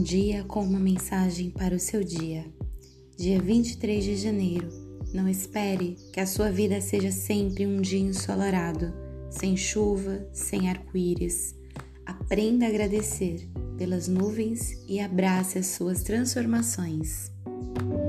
dia com uma mensagem para o seu dia. Dia 23 de janeiro. Não espere que a sua vida seja sempre um dia ensolarado, sem chuva, sem arco-íris. Aprenda a agradecer pelas nuvens e abrace as suas transformações.